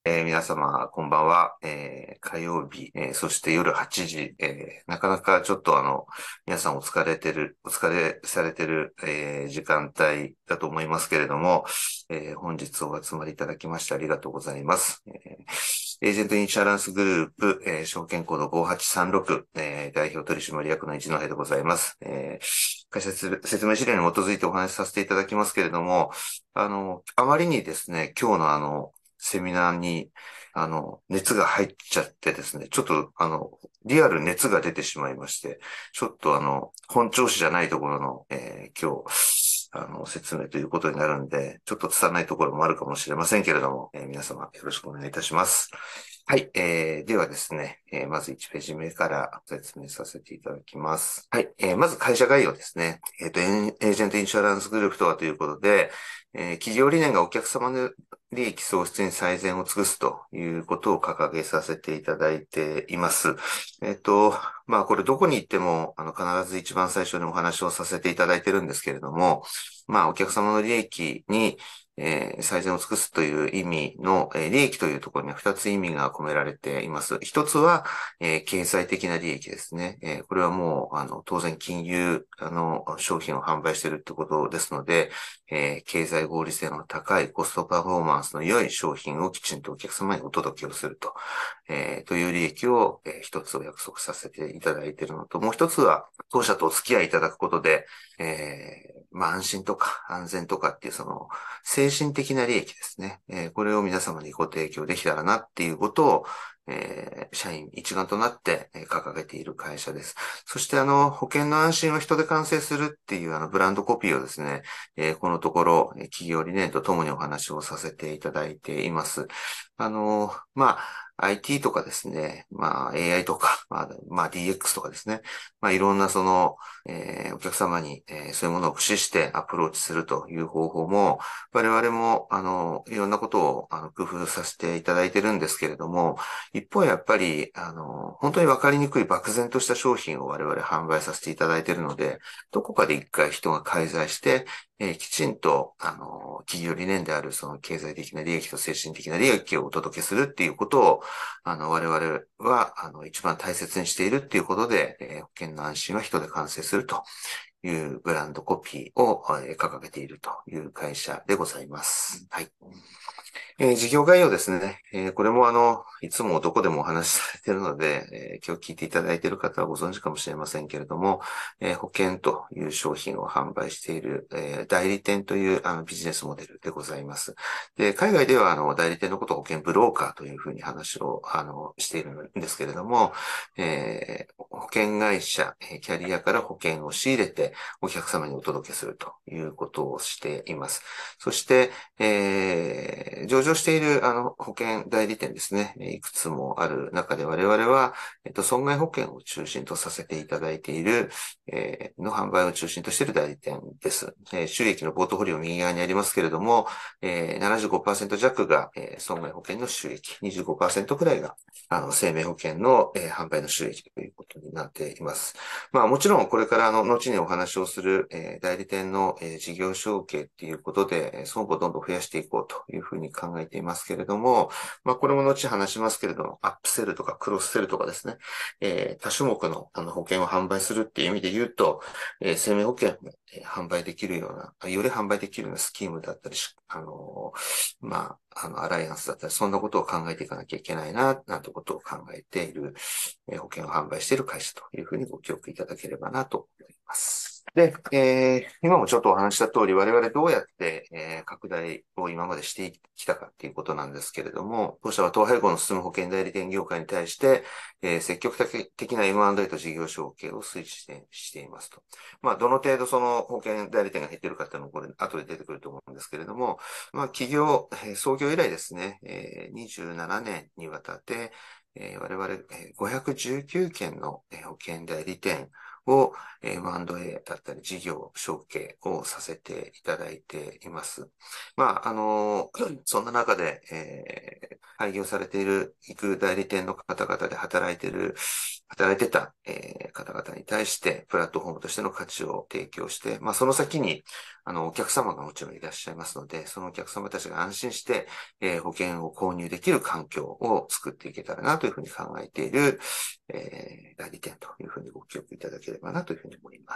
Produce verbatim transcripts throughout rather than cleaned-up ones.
えー皆様、こんばんは。えー火曜日、えーそして夜はちじ、えーなかなかちょっとあの、皆さんお疲れてる、お疲れされてる、えー時間帯だと思いますけれども、えー本日お集まりいただきましてありがとうございます。えーエージェントインシャランスグループ、えー証券コードごはちさんろく、えー代表取締役の一戸でございます。えー会社説説明資料に基づいてお話しさせていただきますけれども、あの、あまりにですね、今日のあの、セミナーに、あの、熱が入っちゃってですね、ちょっと、あの、リアル熱が出てしまいまして、ちょっとあの、本調子じゃないところの、えー今日、あの、説明ということになるんで、ちょっと伝わらないところもあるかもしれませんけれども、えー皆様よろしくお願いいたします。はい、えー、ではですね、えーまずいちページ目から説明させていただきます。はい、えーまず会社概要ですね。えっと、エーエージェントインシュアランスグループとはということで、えー企業理念がお客様の利益創出に最善を尽くすということを掲げさせていただいています。えっと、まあこれどこに行っても、あの、必ず一番最初にお話をさせていただいてるんですけれども、まあお客様の利益に、えー最善を尽くすという意味の、えー利益というところには二つ意味が込められています。一つは、えー経済的な利益ですね。えーこれはもう、あの、当然金融、あの、商品を販売しているってことですので、えー経済合理性の高いコストパフォーマンスの良い商品をきちんとお客様にお届けをすると、えーという利益を、えー一つお約束させていただいているのと、もう一つは当社とお付き合いいただくことで、えーまあ安心とか安全とかっていうその精神的な利益ですね。えーこれを皆様にご提供できたらなっていうことを、えー社員一丸となってえー掲げている会社です。そしてあの、保険の安心を人で完成するっていうあのブランドコピーをですね、えーこのところ、えー企業理念とともにお話をさせていただいています。あの、まあ、アイティー とかですね、まあ エーアイ とか、まあ、まあ ディーエックス とかですね、まあいろんなその、えーお客様に、えーそういうものを駆使してアプローチするという方法も、我々も、あの、いろんなことを、あの、工夫させていただいてるんですけれども、一方やっぱり、あの、本当にわかりにくい漠然とした商品を我々販売させていただいているので、どこかで一回人が介在して、えーきちんと、あの、企業理念であるその経済的な利益と精神的な利益をお届けするっていうことを、あの、我々は、あの、一番大切にしているっていうことで、えー保険の安心は人で完成するというブランドコピーを、えー掲げているという会社でございます。はい。えー事業概要ですね。えーこれもあの、いつもどこでもお話しされているので、えー今日聞いていただいている方はご存知かもしれませんけれども、えー保険という商品を販売している、えー代理店というあのビジネスモデルでございます。で、海外ではあの、代理店のことを保険ブローカーというふうに話をあの、しているんですけれども、えー保険会社、えーキャリアから保険を仕入れてお客様にお届けするということをしています。そして、えー上場しているあの保険代理店ですね、いくつもある中で我々は、えっと、損害保険を中心とさせていただいている、えーの販売を中心としている代理店です。えー収益のポートフォリオ右側にありますけれども、えー、ななじゅうごパーセント弱が、えー損害保険の収益、にじゅうごパーセントくらいがあの生命保険の、えー販売の収益ということになっています。まあもちろんこれからあの後にお話をする、えー代理店の、えー事業承継っていうことで、えー損保をどんどん増やしていこうというふうに考えていますけれども、まあこれも後話しますけれども、アップセルとかクロスセルとかですね、えー多種目のあの保険を販売するっていう意味で言うと、えー生命保険も、えー販売できるような、より販売できるようなスキームだったりし、あのーまあ、あの、アライアンスだったり、そんなことを考えていかなきゃいけないな、なんてことを考えている、えー保険を販売している会社というふうにご記憶いただければなと思います。で、えー今もちょっとお話しした通り、我々どうやって、えー拡大を今までしてきたかっていうことなんですけれども、当社は統廃合の進む保険代理店業界に対して、えー積極的な エムアンドエー と事業承継を推進していますと。まあ、どの程度その保険代理店が減っているかっていうのもこれ後で出てくると思うんですけれども、まあ、企業、えー創業以来ですね、えーにじゅうななねんにわたって、えー我々、えーごひゃくじゅうきゅうけんのえー保険代理店を エムアンドエー だったり事業承継をさせていただいています。まあ、あの、そんな中で、えー開業されている、行く代理店の方々で働いている、働いてた、えー方々に対して、プラットフォームとしての価値を提供して、まあ、その先に、 あの、お客様がもちろんいらっしゃいますので、そのお客様たちが安心して、えー保険を購入できる環境を作っていけたらなというふうに考えている、えー代理店というふうにご記憶いただければなというふうに思います。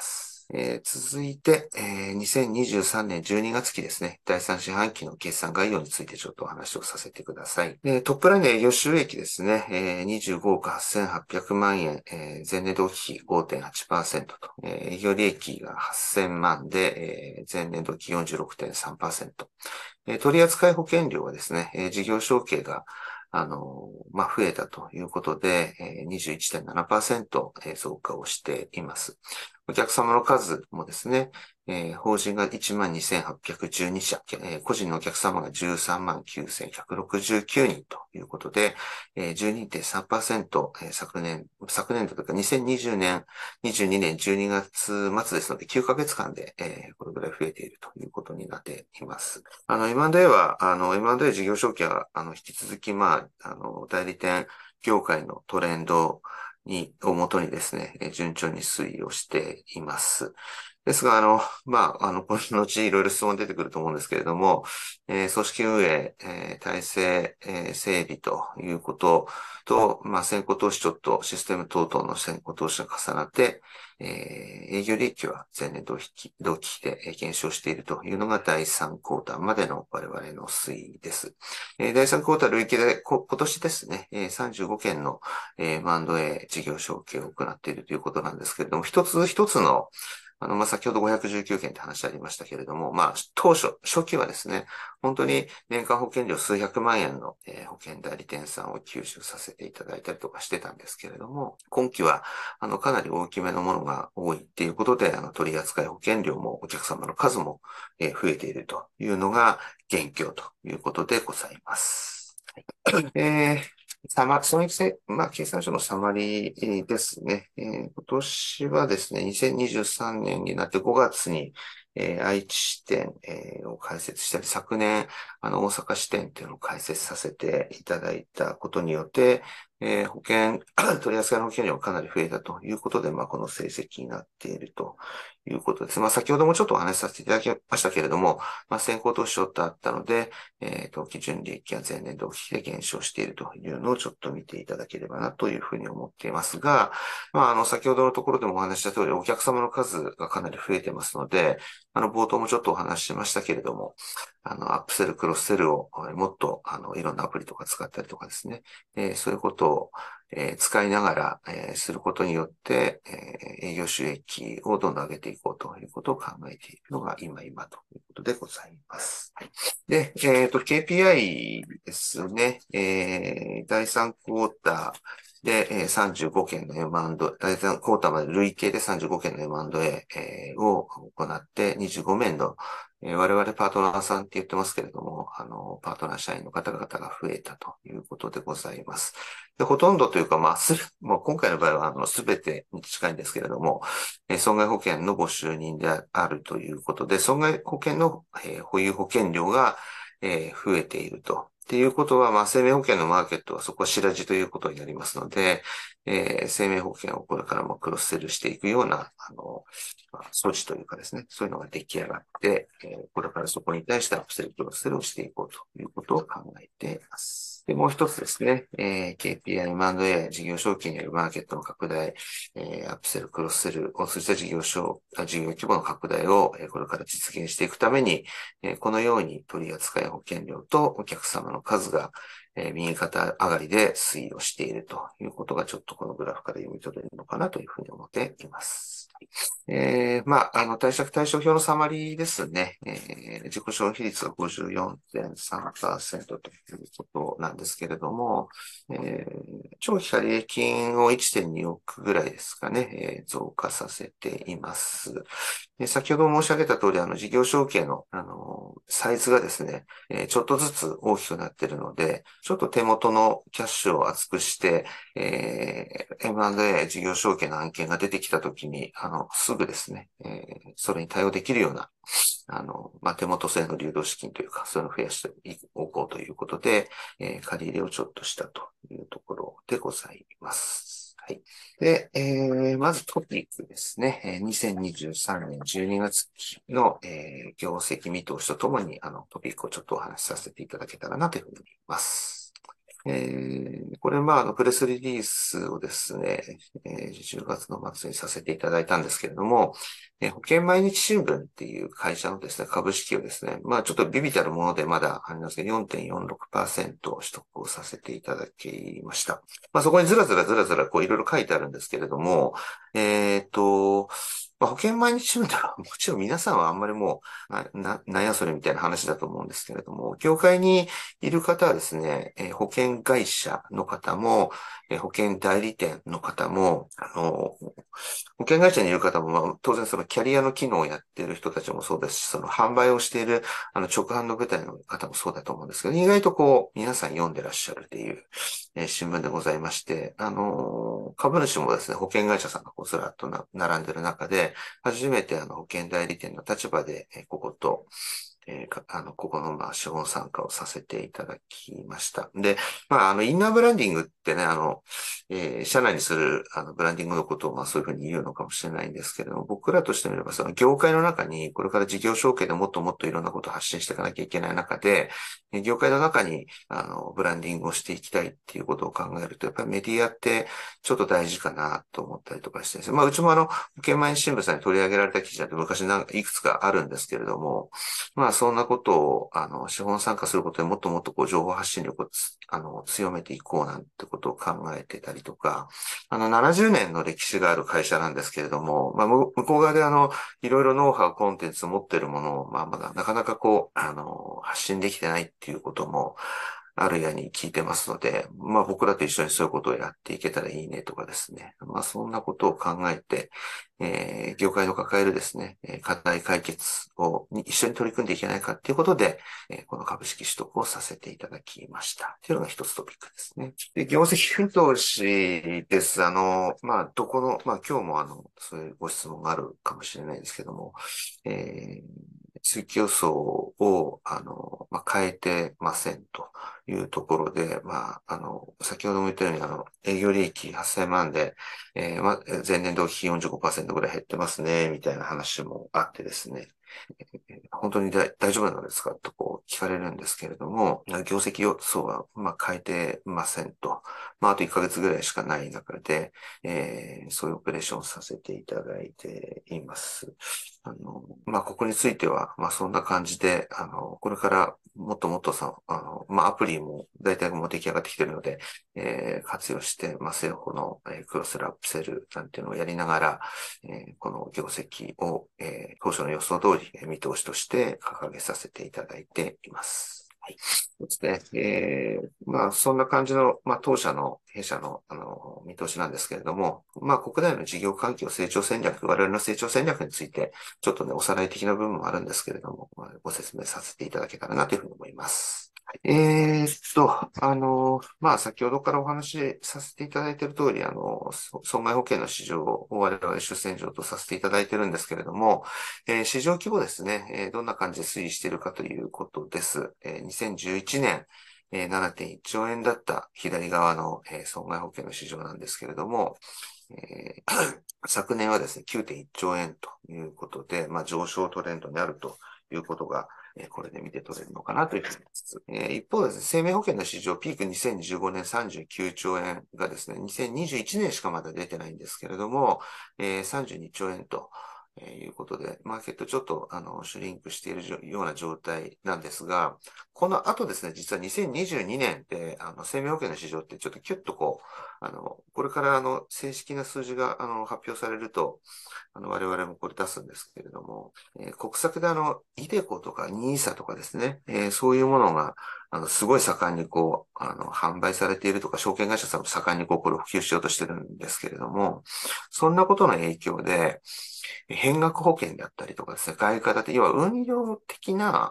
えー続いて、えーにせんにじゅうさんねんじゅうにがつ期ですね、だいさん四半期の決算概要についてちょっとお話をさせてください。えートップラインの営業収益ですね、えーにじゅうごおくはっせんはっぴゃくまん円、えー前年同期比 ごてんはちパーセント と、えー営業利益がはっせんまんで、えー前年同期 よんじゅうろくてんさんパーセント。えー取扱保険料はですね、えー事業承継があの、まあ、増えたということで、えーにじゅういってんななパーセント増加をしています。お客様の数もですね、えー法人がいちまんにせんはっぴゃくじゅうに社、えー個人のお客様がじゅうさんまんきゅうせんひゃくろくじゅうきゅうにんということで、えー、じゅうにてんさんパーセント、えー昨年、昨年度というかにせんにじゅうねん、にじゅうにねんじゅうにがつ末ですのできゅうかげつかんで、えーこれぐらい増えているということになっています。あの、エムアンドエー は、あの、エムアンドエー 事業承継は、あの、引き続き、まあ、あの、代理店業界のトレンドに、をもとにですね、えー順調に推移をしています。ですが、あの、まあ、あの、この後いろいろ質問出てくると思うんですけれども、えー組織運営、えー体制、えー整備ということと、まあ、先行投資ちょっとシステム等々の先行投資が重なって、えー営業利益は前年同期同期比で減少しているというのがだいさんクォーターまでの我々の推移です。えーだいさんクォーター累計でこ今年ですね、えーさんじゅうごけんの、えー、エムアンドエー 事業承継を行っているということなんですけれども、一つ一つのあの、まあ、先ほどごひゃくじゅうきゅうけんって話ありましたけれども、まあ、当初、初期はですね、本当に年間保険料数百万円の、えー保険代理店さんを吸収させていただいたりとかしてたんですけれども、今期は、あの、かなり大きめのものが多いっていうことで、あの、取扱保険料もお客様の数も、えー増えているというのが現況ということでございます。えーサマ、損益せ、まあ、経産省のサマリーですね。えー今年はですね、にせんにじゅうさんねんになってごがつに、えー愛知支店、えーを開設したり、昨年、あの、大阪支店っていうのを開設させていただいたことによって、えー保険、取扱いの保険料がかなり増えたということで、まあ、この成績になっているということです。まあ、先ほどもちょっとお話しさせていただきましたけれども、まあ、先行投資ちょっとあったので、えー、当期純利益が前年同期比で減少しているというのをちょっと見ていただければなというふうに思っていますが、まあ、あの、先ほどのところでもお話しした通り、お客様の数がかなり増えてますので、あの、冒頭もちょっとお話ししましたけれども、あの、アップセル、クロスセルをえーもっと、あの、いろんなアプリとか使ったりとかですね、えーそういうことを、えー使いながら、えーすることによって、えー営業収益をどんどん上げていこうということを考えているのが今今ということでございます。はい。で、えっと、ケーピーアイ ですね。えー、だいさんクォーターで、えー、さんじゅうごけんの エムアンドエー、だいさんクォーターまで累計でさんじゅうごけんの エムアンドエー、えーを行ってにじゅうごめんの、えー我々パートナーさんって言ってますけれども、あの、パートナー社員の方々が増えたということでございます。で、ほとんどというか、まあ、す、もう今回の場合は、あの、すべてに近いんですけれども、えー損害保険のご就任であるということで、損害保険の、えー保有保険料が、えー増えていると。っていうことは、まあ、生命保険のマーケットはそこは白地ということになりますので、えー生命保険をこれからもクロスセルしていくような、あの、まあ措置というかですね、そういうのが出来上がって、えーこれからそこに対してアップセル、クロスセルをしていこうということを考えています。で、もう一つですね、えー ケーピーアイ、エムアンドエー、事業承継によるマーケットの拡大、えーアップセル、クロスセルを通じた事業所、あ事業規模の拡大を、えーこれから実現していくために、えーこのように取扱保険料とお客様の数が、えー右肩上がりで推移をしているということがちょっとこのグラフから読み取れるのかなというふうに思っています。えー、まあ、あの、貸借対照表のサマリーですね。えー、自己消費率が ごじゅうよんてんさんパーセント ということなんですけれども、えー、長期借入金をいってんにおくぐらいですかね、えー増加させています。で先ほど申し上げた通り、あの、事業承継の、あの、サイズがですね、えーちょっとずつ大きくなっているので、ちょっと手元のキャッシュを厚くして、えー、エムアンドエー 事業承継の案件が出てきたときに、あの、すぐですね、えーそれに対応できるような、あの、まあ、手元製の流動資金というか、そういうのを増やしておこうということで、えー借り入れをちょっとしたというところでございます。 はい。で、えー、まずトピックですね。えーにせんにじゅうさんねんじゅうにがつ期の、えー業績見通しとともに、あの、トピックをちょっとお話しさせていただけたらなというふうに思います。えー、これ、まあ、あの、プレスリリースをですね、えーじゅうがつの末にさせていただいたんですけれども、えー保険毎日新聞っていう会社のですね、株式をですね、まあ、ちょっとビビたるものでまだありますけど、よんてんよんろくパーセント取得をさせていただきました。まあ、そこにずらずらずらずらこういろいろ書いてあるんですけれども、えっと、まあ、保険毎日新聞ではもちろん皆さんはあんまりもう、な、な、なんやそれみたいな話だと思うんですけれども、業界にいる方はですね、えー保険会社の方も、えー保険代理店の方も、あの、保険会社にいる方も、まあ、当然そのキャリアの機能をやっている人たちもそうですし、その販売をしている、あの、直販の舞台の方もそうだと思うんですけど、意外とこう、皆さん読んでらっしゃるっていう、えー新聞でございまして、あのー株主もですね、保険会社さんがこうずらっとな並んでる中で、初めてあの保険代理店の立場で、えーここと、えーかあの、ここの、まあ、資本参加をさせていただきました。で、まあ、あの、インナーブランディングってね、あの、えー社内にする、あの、ブランディングのことを、まあ、そういうふうに言うのかもしれないんですけれども、僕らとしてみれば、その業界の中に、これから事業承継でもっともっといろんなことを発信していかなきゃいけない中で、えー業界の中に、あの、ブランディングをしていきたいっていうことを考えると、やっぱりメディアってちょっと大事かなと思ったりとかしてですね、まあ、うちもあの、保険毎日新聞さんに取り上げられた記事なんて昔なんかいくつかあるんですけれども、まあ、そんなことを、あの、資本参加することでもっともっとこう、情報発信力をつ、あの、強めていこうなんてことを考えてたりとか、あの、ななじゅうねんの歴史がある会社なんですけれども、まあ、向向こう側であの、いろいろノウハウ、コンテンツを持っているものを、まあ、まだなかなかこう、あの、発信できてないっていうことも、あるやに聞いてますので、まあ僕らと一緒にそういうことをやっていけたらいいねとかですね。まあそんなことを考えて、えー業界の抱えるですね、えー課題解決を、に一緒に取り組んでいけないかっていうことで、えーこの株式取得をさせていただきました。っていうのが一つトピックですね。で、業績見通しです。あの、まあどこの、まあ今日もあの、そういうご質問があるかもしれないですけども、えー通期予想を、あの、まあ、変えてませんというところで、まあ、あの、先ほども言ったように、あの、営業利益はっせんまんで、えーまあ、前年同期比よんじゅうごパーセントぐらい減ってますね、みたいな話もあってですね。本当に大大丈夫なんですかとこう聞かれるんですけれども、業績予想はまあ変えてませんと。まああといっかげつぐらいしかない中で、えーそういうオペレーションをさせていただいています。あの、まあここについては、まあそんな感じで、あの、これからもっともっとさ、あの、まあアプリも大体もう出来上がってきてるので、えー活用して、まあセルフの、えークロスラップセルなんていうのをやりながら、えーこの業績を、えー当初の予想通り、えー見通しとして掲げさせていただいています。はい。そうですね。えーまあ、そんな感じの、まあ、当社の、弊社の、あの、見通しなんですけれども、まあ、国内の事業環境成長戦略、我々の成長戦略について、ちょっとね、おさらい的な部分もあるんですけれども、まあご説明させていただけたらなというふうに思います。えーっと、あの、まあ、先ほどからお話しさせていただいている通り、あの、そ損害保険の市場を我々出戦場とさせていただいているんですけれども、えー市場規模ですね、えーどんな感じで推移しているかということです。えーにせんじゅういちねん、えーななてんいっちょうえんだった左側の、えー損害保険の市場なんですけれども、えー昨年はですね、きゅうてんいっちょうえんということで、まあ、上昇トレンドにあるということが、えーこれで見て取れるのかなというふうに思います。えー一方ですね、生命保険の市場、ピークにせんじゅうごねんさんじゅうきゅうちょうえんがですね、にせんにじゅういちねんしかまだ出てないんですけれども、えーさんじゅうにちょうえんと、えーいうことで、マーケットちょっと、あの、シュリンクしているじょような状態なんですが、この後ですね、実はにせんにじゅうにねんって、あの、生命保険の市場ってちょっとキュッとこう、あの、これからあの、正式な数字が、あの、発表されると、あの、我々もこれ出すんですけれども、えー国策であの、イデコとかニーサとかですね、えーそういうものが、あの、すごい盛んにこう、あの、販売されているとか、証券会社さんも盛んにこう、これを普及しようとしてるんですけれども、そんなことの影響で、変額保険だったりとかですね、外貨建て、要は運用的な、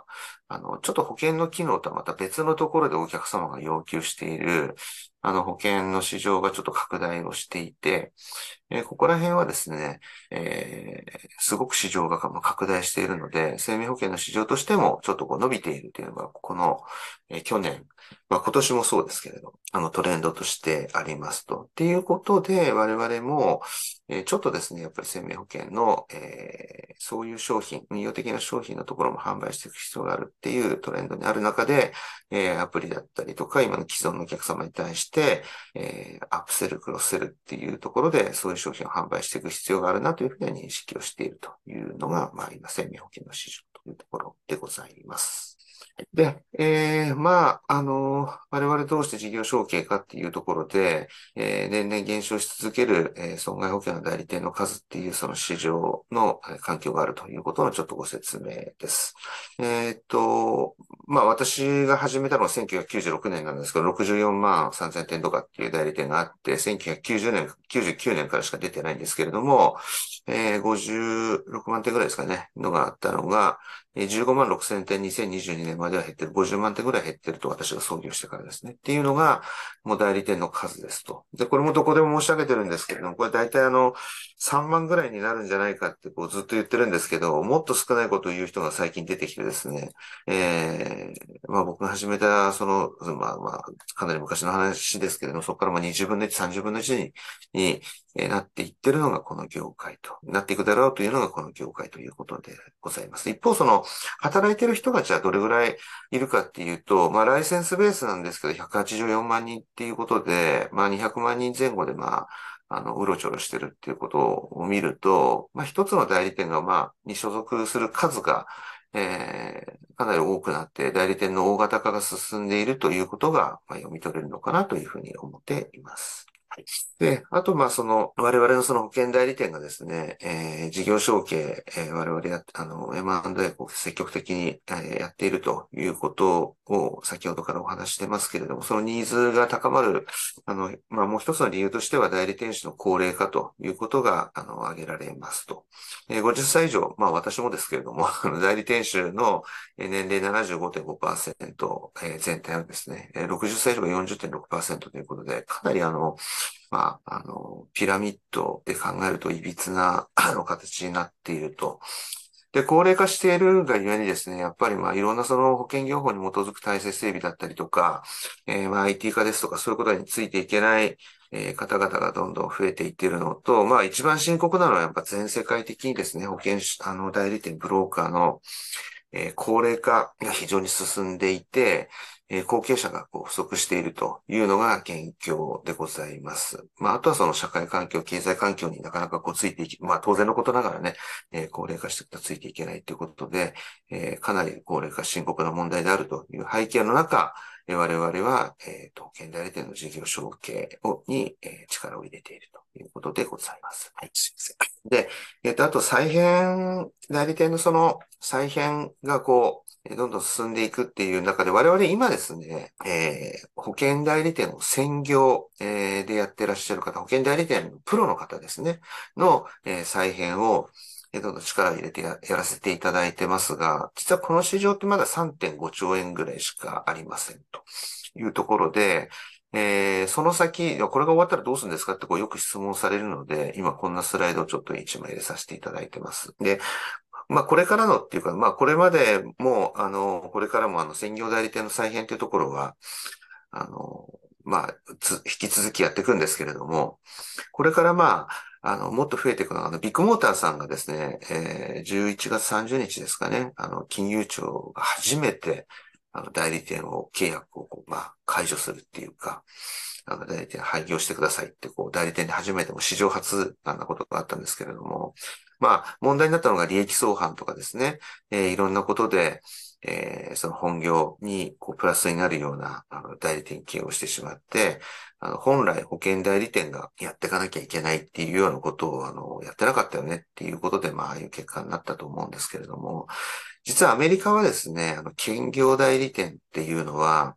あの、ちょっと保険の機能とはまた別のところでお客様が要求している、あの、保険の市場がちょっと拡大をしていて、えーここら辺はですね、えーすごく市場が拡大しているので、生命保険の市場としてもちょっとこう伸びているというのが、この、えー去年、まあ今年もそうですけれど、あのトレンドとしてありますと。っていうことで、我々も、えーちょっとですね、やっぱり生命保険の、えーそういう商品、運用的な商品のところも販売していく必要があるっていうトレンドにある中で、えーアプリだったりとか、今の既存のお客様に対して、えーアップセル、クロスセルっていうところで、そういう商品を販売していく必要があるなというふうには認識をしているというのが、まあ今、生命保険の市場というところでございます。で、えー、まあ、あの、我々どうして事業承継かっていうところで、えー年々減少し続ける、えー損害保険の代理店の数っていうその市場のえー環境があるということのちょっとご説明です。えーっと、まあ私が始めたのはせんきゅうひゃくきゅうじゅうろくねんなんですけど、ろくじゅうよんまんさんぜんてんとかっていう代理店があって、せんきゅうひゃくきゅうじゅうねん、きゅうじゅうきゅうねんからしか出てないんですけれども、えーごじゅうろくまんてんぐらいですかね、のがあったのが、えーじゅうごまんろくせんてんにせんにじゅうにねんまでは減ってる、ごじゅうまんてんぐらい減ってると私が創業してからですね。っていうのが、もう代理店の数ですと。で、これもどこでも申し上げてるんですけれども、これ大体あの、さんまんぐらいになるんじゃないかってこうずっと言ってるんですけど、もっと少ないことを言う人が最近出てきてですね、えー、まあ僕が始めた、その、まあまあ、かなり昔の話ですけれども、そこからまあにじゅうぶんのいち、さんじゅうぶんのいちに、にえーなっていってるのがこの業界と、なっていくだろうというのがこの業界ということでございます。一方、その、働いてる人がじゃあどれぐらいいるかっていうと、まあライセンスベースなんですけど、ひゃくはちじゅうよんまん人っていうことで、まあにひゃくまん人前後でまあ、あの、うろちょろしてるっていうことを見ると、まあ一つの代理店がまあ、に所属する数が、えー、かなり多くなって、代理店の大型化が進んでいるということが、まあ、読み取れるのかなというふうに思っています。はい。で、あと、まあ、その、我々のその保険代理店がですね、えー事業承継、えー我々やっ、あの、エムアンドエー を積極的に、えーやっているということを先ほどからお話ししてますけれども、そのニーズが高まる、あの、まあ、もう一つの理由としては代理店主の高齢化ということが、あの、挙げられますと。えーごじゅっさい以上、まあ、私もですけれども、あの代理店主のえー年齢ななじゅうごてんごパーセント、えー全体のですね、えーろくじゅっさい以上がよんじゅってんろくパーセントということで、かなりあの、まあ、あの、ピラミッドで考えると歪な、あの、形になっていると。で、高齢化しているがゆえにですね、やっぱりまあ、いろんなその保険業法に基づく体制整備だったりとか、えーまあ、アイティー 化ですとか、そういうことについていけない、えー方々がどんどん増えていっているのと、まあ、一番深刻なのはやっぱ全世界的にですね、保険し、あの、代理店、ブローカーの、えー高齢化が非常に進んでいて、えー後継者がこう不足しているというのが現況でございます。まあ、あとはその社会環境、経済環境になかなかこうついていき、まあ当然のことながらね、えー高齢化していくとついていけないということで、えーかなり高齢化深刻な問題であるという背景の中、えー我々は、えーと、保険代理店の事業承継をに、えー力を入れているということでございます。はい、すいません。で、えっと、あと再編、代理店のその再編がこう、えーどんどん進んでいくっていう中で、我々今ですね、えー保険代理店を専業、えーでやってらっしゃる方、保険代理店のプロの方ですね、の、えー再編を、えーどんどん力を入れてや、やらせていただいてますが、実はこの市場ってまださんてんごちょうえんぐらいしかありませんというところで、えーその先、いやこれが終わったらどうするんですかってこうよく質問されるので、今こんなスライドをちょっと一枚入れさせていただいてます。で、まあ、これからのっていうか、まあ、これまでも、あの、これからも、あの、専業代理店の再編というところは、あの、まあ、つ、引き続きやっていくんですけれども、これからまあ、あの、もっと増えていくのは、あの、ビッグモーターさんがですね、えー、じゅういちがつさんじゅうにちですかね、あの、金融庁が初めて、あの、代理店を、契約をこう、まあ、解除するっていうか、あの、代理店廃業してくださいって、こう、代理店で初めても史上初なことがあったんですけれども、まあ、問題になったのが利益相反とかですね、えーいろんなことで、えーその本業に、こう、プラスになるような、あの、代理店経営をしてしまって、あの、本来保険代理店がやっていかなきゃいけないっていうようなことを、あの、やってなかったよねっていうことで、まあ、ああいう結果になったと思うんですけれども、実はアメリカはですね、あの、兼業代理店っていうのは、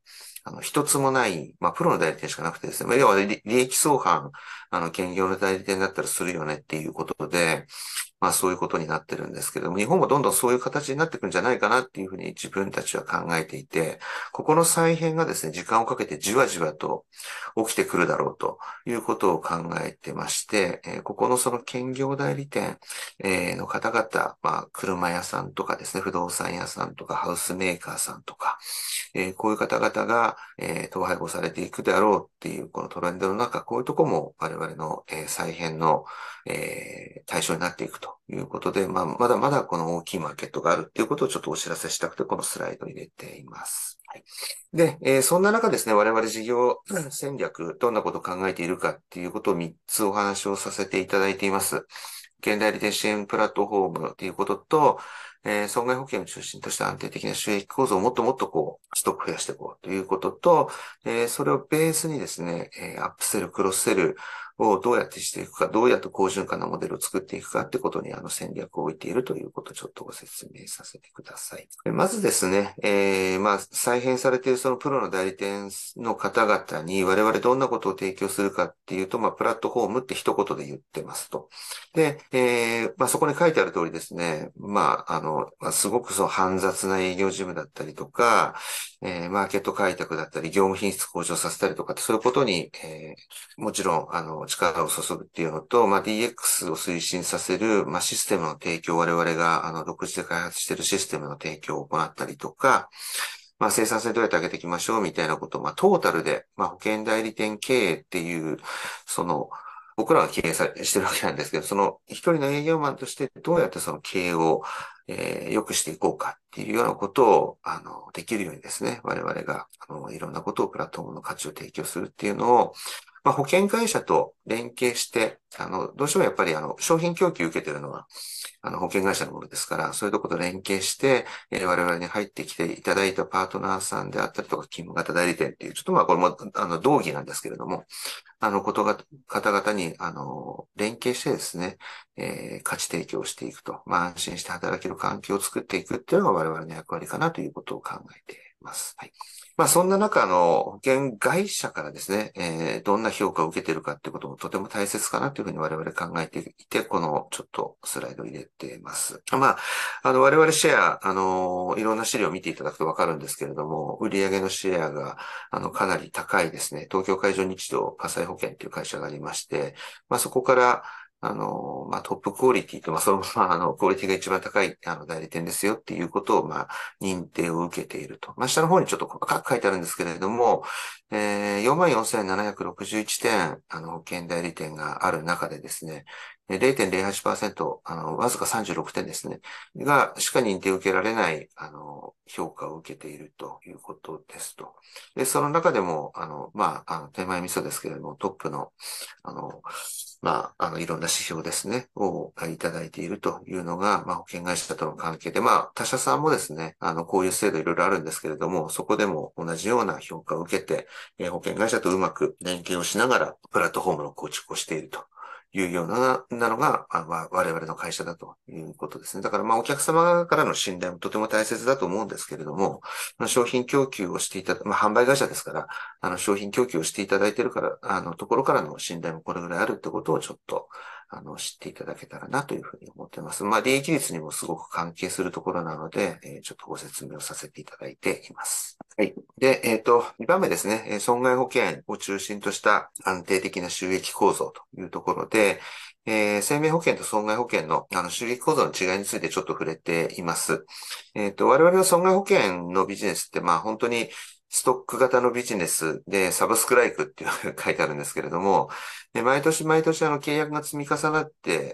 あの、一つもない、まあ、プロの代理店しかなくてですね、まあ、要は利利益相反、あの、兼業の代理店だったらするよねっていうことで、まあそういうことになってるんですけども、日本もどんどんそういう形になっていくんじゃないかなっていうふうに自分たちは考えていて、ここの再編がですね、時間をかけてじわじわと起きてくるだろうということを考えてまして、えーここのその兼業代理店、えーの方々、まあ車屋さんとかですね、不動産屋さんとかハウスメーカーさんとか、えーこういう方々が、えー統廃合されていくであろうっていうこのトレンドの中、こういうとこも我々の、えー再編の、えー対象になっていくということで、まあ、まだまだこの大きいマーケットがあるっていうことをちょっとお知らせしたくて、このスライドを入れています。はい。で、えーそんな中ですね、我々事業戦略、どんなことを考えているかっていうことをみっつお話をさせていただいています。現代理店支援プラットフォームということと、えー損害保険を中心とした安定的な収益構造をもっともっとこう、ストック増やしていこうということと、えーそれをベースにですね、えーアップセル、クロスセルをどうやってしていくか、どうやって好循環なモデルを作っていくかってことにあの戦略を置いているということをちょっとご説明させてください。まずですね、えー、まあ、再編されているそのプロの代理店の方々に我々どんなことを提供するかっていうと、まあ、プラットフォームって一言で言ってますと。で、えー、まあ、そこに書いてある通りですね、まあ、あの、まあ、すごくそう煩雑な営業事務だったりとか、えー、マーケット開拓だったり、業務品質向上させたりとかって、そういうことに、えー、もちろん、あの、力を注ぐっていうのと、まあ、ディーエックス を推進させる、まあ、システムの提供、我々が、あの、独自で開発しているシステムの提供を行ったりとか、まあ、生産性どうやって上げていきましょうみたいなことを、まあ、トータルで、まあ、保険代理店経営っていう、その、僕らが経営さしてるわけなんですけど、その一人の営業マンとしてどうやってその経営を、えー良くしていこうかっていうようなことを、あの、できるようにですね、我々が、あの、いろんなことをプラットフォームの価値を提供するっていうのを、まあ、保険会社と連携して、あの、どうしてもやっぱりあの、商品供給受けてるのは、あの、保険会社のものですから、そういうところと連携して、えー我々に入ってきていただいたパートナーさんであったりとか、勤務型代理店っていう、ちょっとまあこれも、あの、同義なんですけれども、あの、ことが、方々に、あの、連携してですね、えー価値提供をしていくと、まあ安心して働ける環境を作っていくっていうのが我々の役割かなということを考えています。はい。まあそんな中、あの、保険会社からですね、えーどんな評価を受けているかっていうこともとても大切かなというふうに我々考えていて、このちょっとスライドを入れています。まあ、あの、我々シェア、あの、いろんな資料を見ていただくとわかるんですけれども、売上のシェアが、あの、かなり高いですね。東京海上日動火災保険という会社がありまして、まあそこから、あの、まあ、トップクオリティと、まあ、そのまま、あの、クオリティが一番高い、あの、代理店ですよっていうことを、まあ、認定を受けていると。まあ、下の方にちょっと細かく書いてあるんですけれども、えー、よんまんよんせんななひゃくろくじゅういちてん、あの、保険代理店がある中でですね、れいてんれいはちパーセント、あの、わずかさんじゅうろくてんですね、が、しか認定を受けられない、あの、評価を受けているということですと。で、その中でも、あの、まあ、あの、手前味噌ですけれども、トップの、あの、まあ、あの、いろんな指標ですね、をいただいているというのが、まあ、保険会社との関係で、まあ、他社さんもですね、あの、こういう制度いろいろあるんですけれども、そこでも同じような評価を受けて、えー保険会社とうまく連携をしながら、プラットフォームの構築をしていると。いうような、なのが、あまあ、我々の会社だということですね。だからまあお客様からの信頼もとても大切だと思うんですけれども、まあ商品供給をしていただ、まあ販売会社ですから、あの商品供給をしていただいているから、あのところからの信頼もこれぐらいあるってことをちょっと、あの知っていただけたらなというふうに思っています。まあ利益率にもすごく関係するところなので、えーちょっとご説明をさせていただいています。はい。で、えっと、にばんめですね、えー損害保険を中心とした安定的な収益構造というところで、えー生命保険と損害保険のあの収益構造の違いについてちょっと触れています。えっと、我々の損害保険のビジネスって、まあ本当にストック型のビジネスでサブスクライクっていうのが書いてあるんですけれども、で毎年毎年あの契約が積み重なって、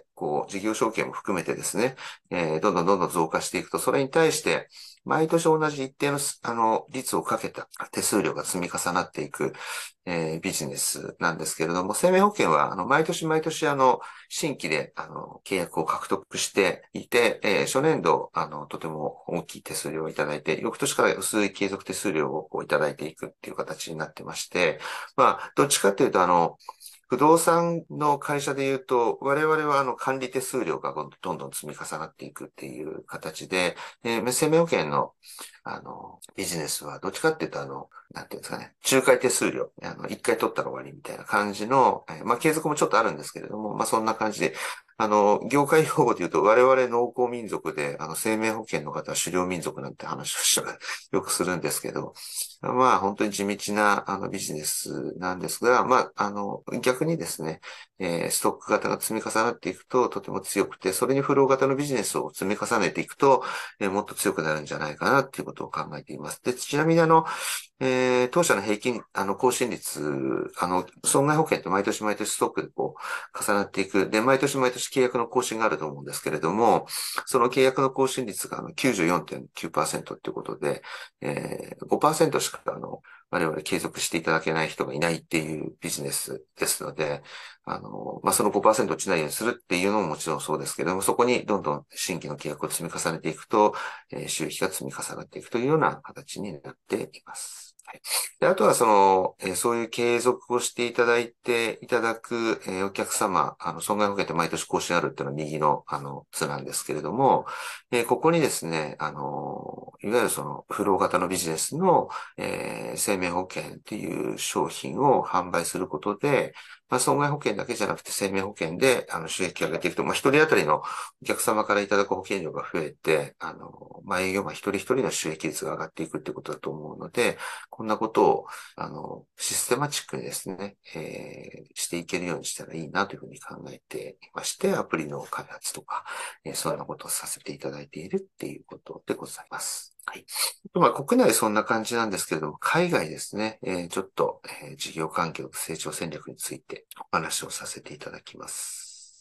こう事業承継も含めてですね、えーどんどんどんどん増加していくと、それに対して、毎年同じ一定のす、あの、率をかけた手数料が積み重なっていく、えービジネスなんですけれども、生命保険は、あの、毎年毎年、あの、新規で、あの、契約を獲得していて、えー初年度、あの、とても大きい手数料をいただいて、翌年から薄い継続手数料をいただいていくっていう形になってまして、まあ、どっちかっていうと、あの、不動産の会社で言うと、我々はあの管理手数料がどんどん積み重なっていくっていう形で、えー生命保険のあの、ビジネスはどっちかっていうと、あの、なんていうんですかね、仲介手数料、あの、一回取ったら終わりみたいな感じの、えーまあ、継続もちょっとあるんですけれども、まあ、そんな感じで、あの、業界用語で言うと、我々農耕民族で、あの、生命保険の方は狩猟民族なんて話をしよくするんですけど、まあ、本当に地道な、あの、ビジネスなんですが、まあ、あの、逆にですね、えーストック型が積み重なっていくととても強くて、それにフロー型のビジネスを積み重ねていくと、えーもっと強くなるんじゃないかなっていうことを考えています。で、ちなみにあの、えー当社の平均、あの、更新率、あの、損害保険と毎年毎年ストックでこう、重なっていく。で、毎年毎年契約の更新があると思うんですけれども、その契約の更新率があの きゅうじゅうよんてんきゅうパーセント っていうことで、えー、ごパーセントしかあの、我々継続していただけない人がいないっていうビジネスですので、あの、まあ、そのごパーセント落ちないようにするっていうのももちろんそうですけれども、そこにどんどん新規の契約を積み重ねていくと、えー収益が積み重なっていくというような形になっています。はい。で、あとはその、えーそういう継続をしていただいていただく、えーお客様、あの、損害保険って毎年更新あるっていうのは右の、あの、図なんですけれども、えーここにですね、あの、いわゆるその、フロー型のビジネスの、えー生命保険っていう商品を販売することで、まあ、損害保険だけじゃなくて生命保険で、あの、収益を上げていくと、まあ、一人当たりのお客様からいただく保険料が増えて、あの、まあ、営業マン一人一人の収益率が上がっていくってことだと思うので、こんなことを、あの、システマチックにですね、えーしていけるようにしたらいいなというふうに考えていまして、アプリの開発とか、えーそんなことをさせていただいているっていうことでございます。はい。まあ、国内そんな感じなんですけれども、海外ですね、えーちょっと、えー事業環境と成長戦略についてお話をさせていただきます。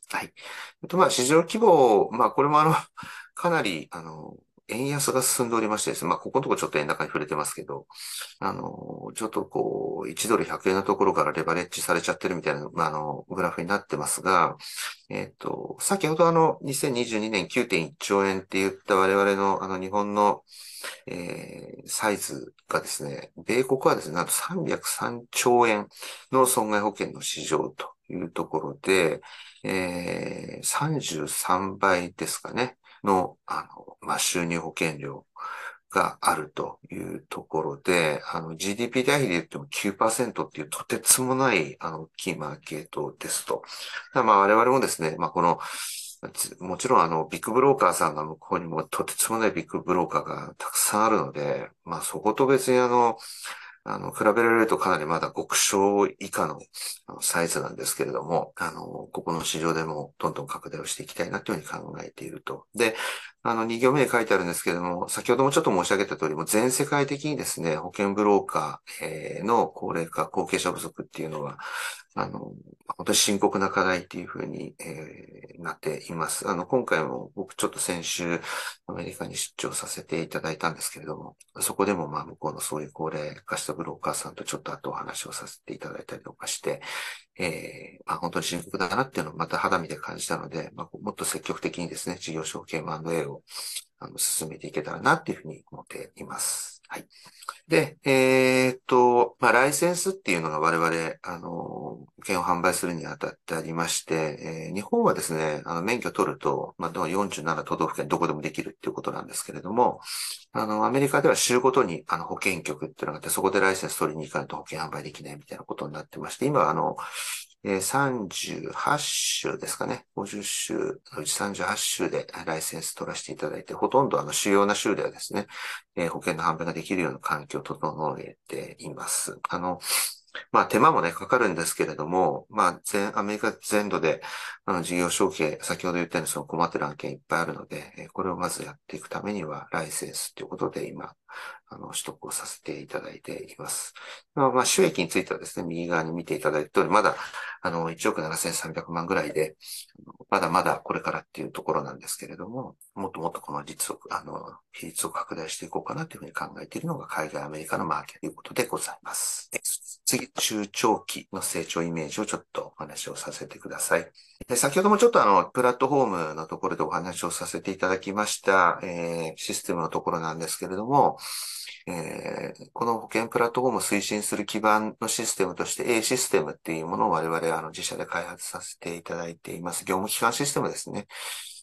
はい。えっと、まあ、市場規模、まあ、これもあの、かなり、あの、円安が進んでおりましてですね、まあ、ここのところちょっと円高に触れてますけど、あの、ちょっとこう、いちドルひゃくえんのところからレバレッジされちゃってるみたいな、まあ、あの、グラフになってますが、えっと、先ほどあの、にせんにじゅうにねんきゅうてんいっちょうえんって言った我々のあの、日本のえーサイズがですね、米国はですね、なんとさんびゃくさんちょうえんの損害保険の市場というところで、えーさんじゅうさんばいですかね、の、あの、まあ、収入保険料があるというところで、あの、ジーディーピー 対比で言ってもきゅうパーセントっていうとてつもない、あの、大きいマーケットですと。ただまあ我々もですね、まあこの、つもちろんあの、ビッグブローカーさんが向こうにもとてつもないビッグブローカーがたくさんあるので、まあそこと別にあの、あの、比べられるとかなりまだ極小以下のあのサイズなんですけれども、あの、ここの市場でもどんどん拡大をしていきたいなというふうに考えていると。で、あの、に行目に書いてあるんですけれども、先ほどもちょっと申し上げた通り、もう全世界的にですね、保険ブローカーえーの高齢化、後継者不足っていうのは、あの、本当に深刻な課題っていうふうに、えーなっています。あの、今回も僕ちょっと先週アメリカに出張させていただいたんですけれども、そこでもまあ向こうのそういう高齢化したブローカーさんとちょっと後お話をさせていただいたりとかして、えーまあ、本当に深刻だなっていうのをまた肌身で感じたので、まあ、もっと積極的にですね、事業承継 エムアンドエー をあの進めていけたらなっていうふうに思っています。はい。で、えーっと、まあ、ライセンスっていうのが我々、あの、保険を販売するにあたってありまして、えー日本はですね、あの、免許取ると、まあ、よんじゅうなな都道府県どこでもできるっていうことなんですけれども、あの、アメリカでは州ごとに、あの、保険局っていうのがあって、そこでライセンス取りに行かないと保険販売できないみたいなことになってまして、今はあの、えーさんじゅうはち州ですかね。ごじゅっ州のうちさんじゅうはち州でライセンス取らせていただいて、ほとんどあの主要な州ではですね、えー保険の販売ができるような環境を整えています。あの、まあ手間もね、かかるんですけれども、まあ全、アメリカ全土で、あの、事業承継、先ほど言ったようにその困ってる案件いっぱいあるので、えーこれをまずやっていくためには、ライセンスということで今、あの、取得をさせていただいています。まあ、まあ、収益についてはですね、右側に見ていただいた通り、まだ、あの、いちおくななせんさんびゃくまんぐらいで、まだまだこれからっていうところなんですけれども、もっともっとこの率を、あの、比率を拡大していこうかなというふうに考えているのが海外アメリカのマーケットということでございます。次、中長期の成長イメージをちょっとお話をさせてください。で先ほどもちょっとあの、プラットフォームのところでお話をさせていただきました、えー、システムのところなんですけれども、えーこの保険プラットフォームを推進する基盤のシステムとして A システムっていうものを我々あの自社で開発させていただいています。業務基幹システムですね。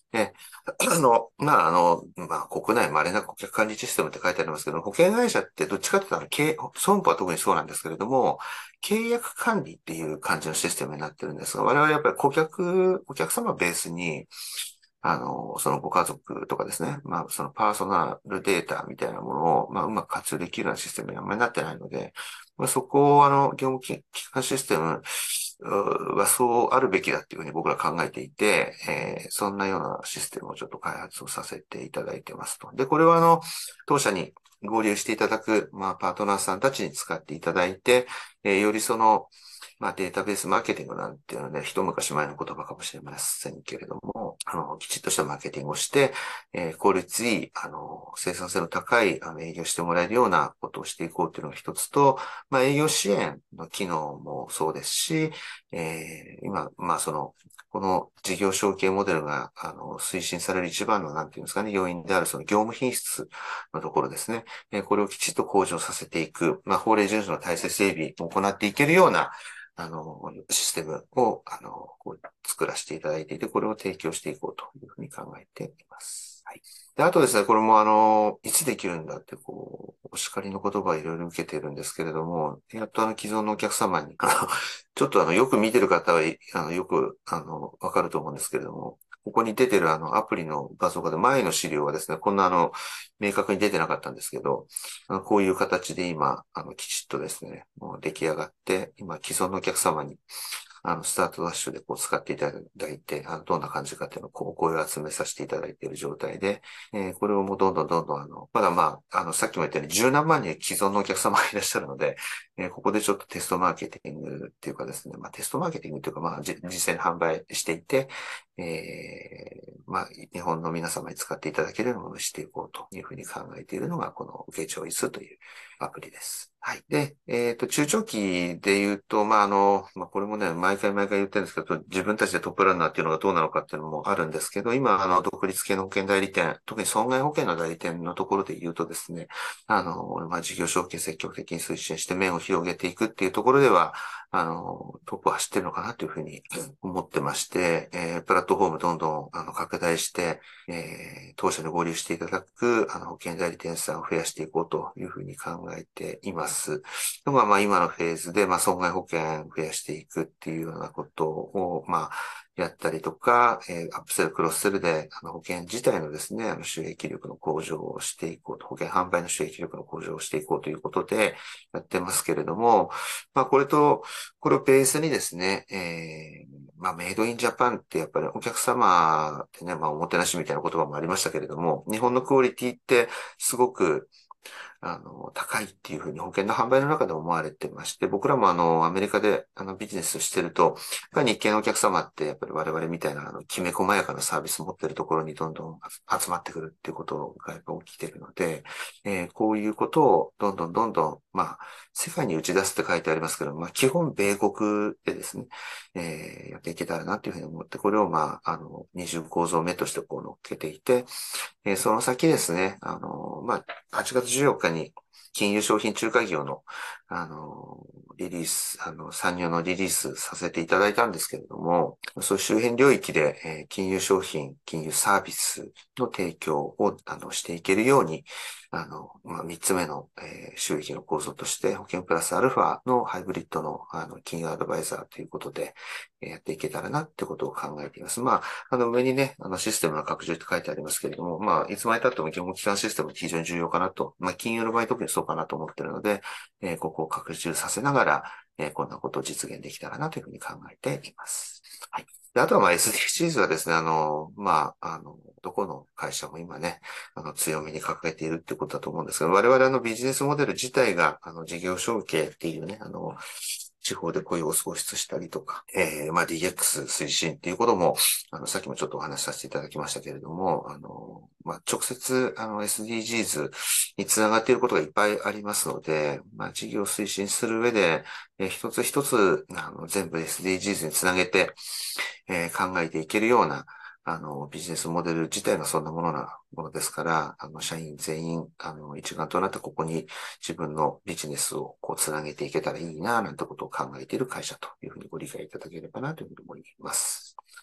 え、あの、まあ、あの、まあ、国内稀な顧客管理システムって書いてありますけど、保険会社ってどっちかっていうと、経損保は特にそうなんですけれども、契約管理っていう感じのシステムになってるんですが、我々やっぱり顧客、お客様ベースに、あの、そのご家族とかですね、まあ、そのパーソナルデータみたいなものを、まあ、うまく活用できるようなシステムにあんまりなってないので、まあ、そこを、あの、業務機関システムうはそうあるべきだっていうふうに僕ら考えていて、えーそんなようなシステムをちょっと開発をさせていただいてますと。で、これはあの、当社に合流していただく、まあ、パートナーさんたちに使っていただいて、えーよりその、まあ、データベースマーケティングなんていうのはね、一昔前の言葉かもしれませんけれども、あの、きちっとしたマーケティングをして、えー効率いい、あの、生産性の高い、あの、営業してもらえるようなことをしていこうというのが一つと、まあ、営業支援の機能もそうですし、えー今、まあ、その、この事業承継モデルが、あの、推進される一番の、なんていうんですかね、要因である、その業務品質のところですね。えーこれをきちっと向上させていく、まあ、法令遵守の体制整備を行っていけるような、あの、システムを、あの、こう作らせていただいていて、これを提供していこうというふうに考えています。はい。で、あとですね、これもあの、いつできるんだって、こう、お叱りの言葉をいろいろ受けているんですけれども、やっとあの、既存のお客様に、あの、ちょっとあの、よく見てる方は、あの、よく、あの、わかると思うんですけれども、ここに出てるあの、アプリの画像がで、前の資料はですね、こんなあの、明確に出てなかったんですけど、あのこういう形で今、あの、きちっとですね、もう出来上がって、今、既存のお客様に、あの、スタートダッシュでこう使っていただいて、あの、どんな感じかっていうのを、こう、お声を集めさせていただいている状態で、えーこれをもうどんどんどんどん、あの、まだまあ、あの、さっきも言ったように十何万人既存のお客様がいらっしゃるので、えーここでちょっとテストマーケティングっていうかですね、まあ、テストマーケティングっていうか、まあ、じ実際に販売していて、えーまあ、日本の皆様に使っていただけるようなものにしていこうというふうに考えているのが、この OK チョイスというアプリです。はい。で、えっと、中長期で言うと、まあ、あの、まあ、これもね、毎回毎回言ってるんですけど、自分たちでトップランナーっていうのがどうなのかっていうのもあるんですけど、今、あの、独立系の保険代理店、特に損害保険の代理店のところで言うとですね、あの、まあ、事業承継積極的に推進して面を広げていくっていうところでは、あの、トップを走ってるのかなというふうに思ってまして、えープラットフォームどんどん、あの、拡大して、えー当社に合流していただく、あの、保険代理店さんを増やしていこうというふうに考えています。のが、まあ、今のフェーズで、まあ、損害保険を増やしていくっていうようなことを、まあ、やったりとか、えーアップセル、クロスセルで、あの、保険自体のですね、あの、収益力の向上をしていこうと、保険販売の収益力の向上をしていこうということでやってますけれども、まあ、これと、これをベースにですね、えーまあ、メイドインジャパンってやっぱりお客様ってね、まあ、おもてなしみたいな言葉もありましたけれども、日本のクオリティってすごく、あの、高いっていうふうに保険の販売の中で思われてまして、僕らもあの、アメリカであのビジネスしてると、やっぱり日系のお客様ってやっぱり我々みたいなあの、きめ細やかなサービスを持ってるところにどんどん集まってくるっていうことがやっぱ起きてるので、えーこういうことをどんどんどんどん、まあ、世界に打ち出すって書いてありますけど、まあ、基本米国でですね、えーやっていけたらなというふうに思って、これをまあ、あの、二重構造目としてこう乗っけていて、えーその先ですね、あの、まあ、はちがつじゅうよっかに金融商品仲介業の、あの、リリース、あの、参入のリリースさせていただいたんですけれども、そういう周辺領域で、えー金融商品、金融サービスの提供を、あの、していけるように、あの、まあ、三つ目の、えー収益の構造として、保険プラスアルファのハイブリッドの、あの、金融アドバイザーということで、えーやっていけたらなってことを考えています。まあ、あの、上にね、あの、システムの拡充って書いてありますけれども、まあ、いつまで経っても業務基幹システムって非常に重要かなと、まあ、金融の場合特にそうかなと思ってるので、えーここを拡充させながら、えーこんなことを実現できたらなというふうに考えています。はい。で、あとは、まあ、エスディージーズ はですね、あの、まあ、あの、どこの会社も今ね、あの、強みに掲げているっていうことだと思うんですけど、我々のビジネスモデル自体が、あの、事業承継っていうね、あの、地方で雇用を創出したりとか、えー、まあ ディーエックス 推進っていうことも、あの、さっきもちょっとお話しさせていただきましたけれども、あの、まあ、直接、あの、エスディージーズ につながっていることがいっぱいありますので、まあ、事業を推進する上で、えー一つ一つ、あの、全部 エスディージーズ につなげて、えー考えていけるような、あの、ビジネスモデル自体がそんなものなものですから、あの、社員全員、あの、一丸となってここに自分のビジネスをこう、つなげていけたらいいな、なんてことを考えている会社というふうにご理解いただければな、というふうに思います。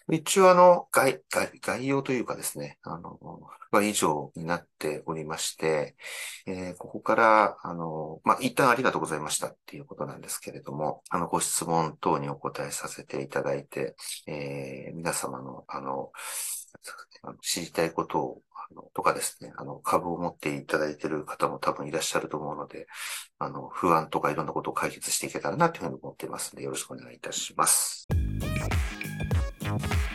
一応あの、概、概、概要というかですね、あの、は以上になっておりまして、えーここから、あの、まあ、一旦ありがとうございましたっていうことなんですけれども、あの、ご質問等にお答えさせていただいて、えー皆様の、あの、あの知りたいことを、あの、とかですね、あの、株を持っていただいている方も多分いらっしゃると思うので、あの、不安とかいろんなことを解決していけたらなというふうに思っていますので、よろしくお願いいたします。